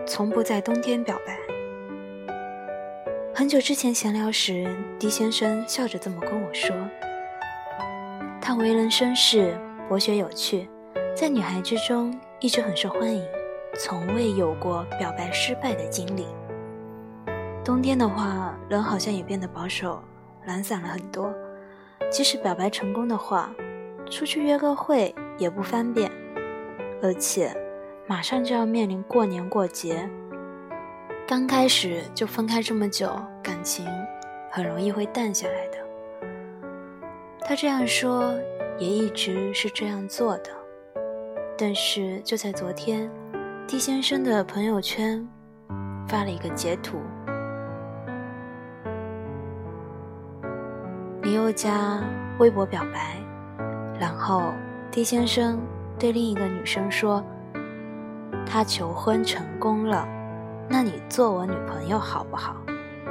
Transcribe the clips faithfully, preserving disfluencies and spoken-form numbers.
从不在冬天表白。很久之前闲聊时，狄先生笑着这么跟我说，他为人绅士，博学有趣，在女孩之中一直很受欢迎，从未有过表白失败的经历。冬天的话，人好像也变得保守懒散了很多，即使表白成功的话，出去约个会也不方便，而且马上就要面临过年过节，刚开始就分开这么久，感情很容易会淡下来的。他这样说，也一直是这样做的。但是就在昨天，狄先生的朋友圈发了一个截图，林宥嘉微博表白，然后狄先生对另一个女生说，他求婚成功了，那你做我女朋友好不好？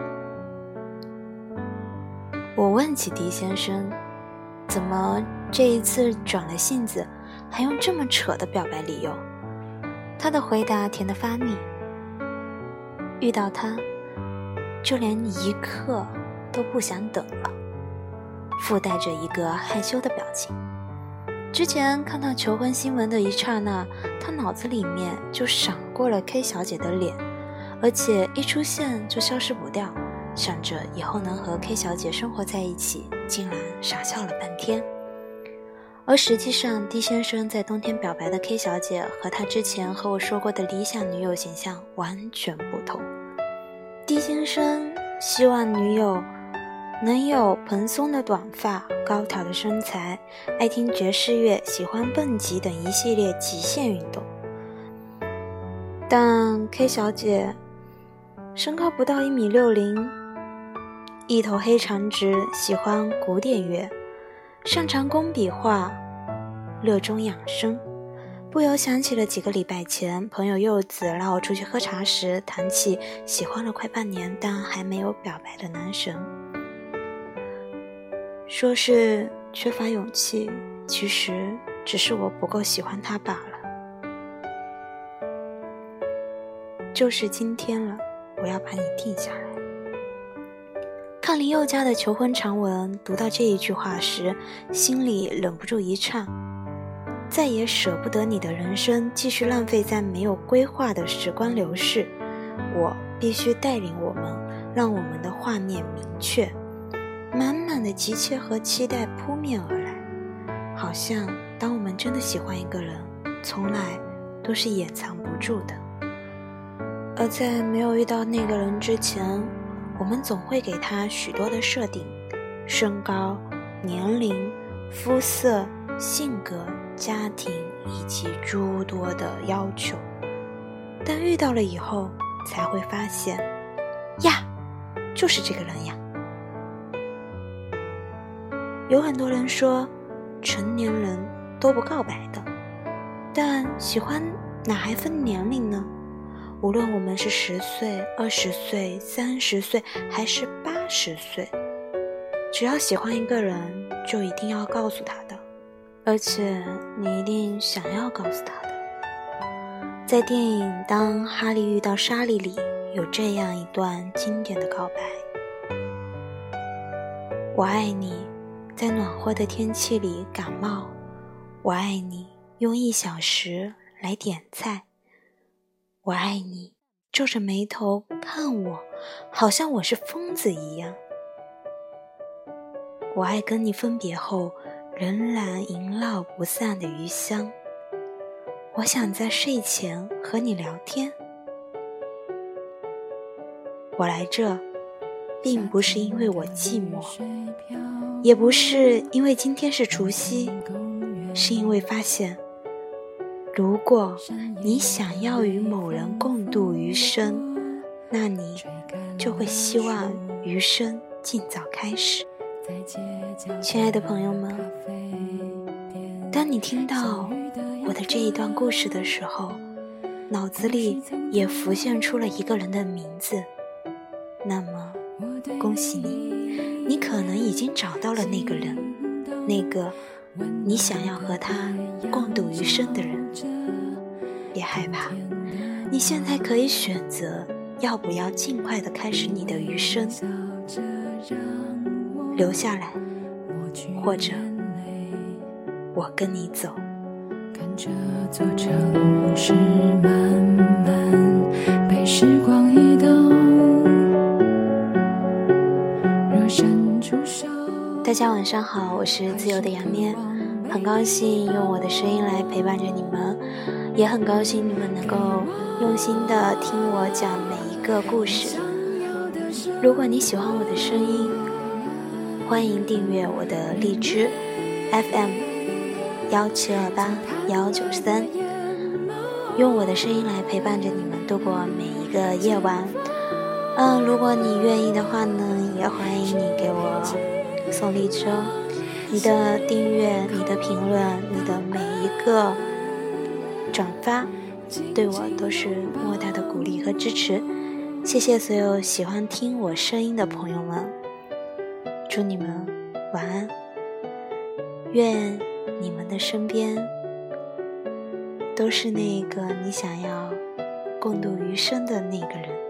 我问起狄先生，怎么这一次转了性子，还用这么扯的表白理由？他的回答甜得发腻，遇到他，就连一刻都不想等了，附带着一个害羞的表情。之前看到求婚新闻的一刹那，他脑子里面就闪过了 K 小姐的脸，而且一出现就消失不掉，想着以后能和 K 小姐生活在一起，竟然傻笑了半天。而实际上，狄先生在冬天表白的 K 小姐和他之前和我说过的理想女友形象完全不同。狄先生希望女友能有蓬松的短发、高挑的身材，爱听爵士乐，喜欢蹦极等一系列极限运动。但 K 小姐身高不到一米六零，一头黑长直，喜欢古典乐，擅长工笔画，热衷养生。不由想起了几个礼拜前朋友柚子拉我出去喝茶时谈起喜欢了快半年但还没有表白的男神，说是缺乏勇气，其实只是我不够喜欢他罢了。就是今天了，我要把你定下来。看林宥嘉的求婚长文，读到这一句话时，心里忍不住一颤。再也舍不得你的人生继续浪费在没有规划的时光流逝，我必须带领我们，让我们的画面明确，满满的急切和期待扑面而来。好像当我们真的喜欢一个人，从来都是掩藏不住的。而在没有遇到那个人之前，我们总会给他许多的设定，身高、年龄、肤色、性格、家庭以及诸多的要求。但遇到了以后，才会发现，呀，就是这个人呀。有很多人说，成年人都不告白的，但喜欢哪还分年龄呢？无论我们是十岁、二十岁、三十岁，还是八十岁，只要喜欢一个人，就一定要告诉他的，而且你一定想要告诉他的。在电影《当哈利遇到莎莉》里，有这样一段经典的告白：我爱你，在暖和的天气里感冒；我爱你，用一小时来点菜；我爱你，皱着眉头看我，好像我是疯子一样；我爱跟你分别后仍然萦绕不散的余香；我想在睡前和你聊天。我来这并不是因为我寂寞，也不是因为今天是除夕，是因为发现，如果你想要与某人共度余生，那你就会希望余生尽早开始。亲爱的朋友们，当你听到我的这一段故事的时候，脑子里也浮现出了一个人的名字，那么恭喜你，你可能已经找到了那个人，那个你想要和他共度余生的人。别害怕， 你现在可以选择要不要尽快地开始你的余生，留下来，或者我跟你走。 看这座城市慢慢被时光移动，若伸出手。 大家晚上好，我是自由的杨咩，很高兴用我的声音来陪伴着你们，也很高兴你们能够用心的听我讲每一个故事。如果你喜欢我的声音，欢迎订阅我的荔枝 F M 一七二八一九三，用我的声音来陪伴着你们度过每一个夜晚。嗯，如果你愿意的话呢，也欢迎你给我送荔枝哦。你的订阅、你的评论、你的每一个转发，对我都是莫大的鼓励和支持。谢谢所有喜欢听我声音的朋友们，祝你们晚安，愿你们的身边都是那个你想要共度余生的那个人。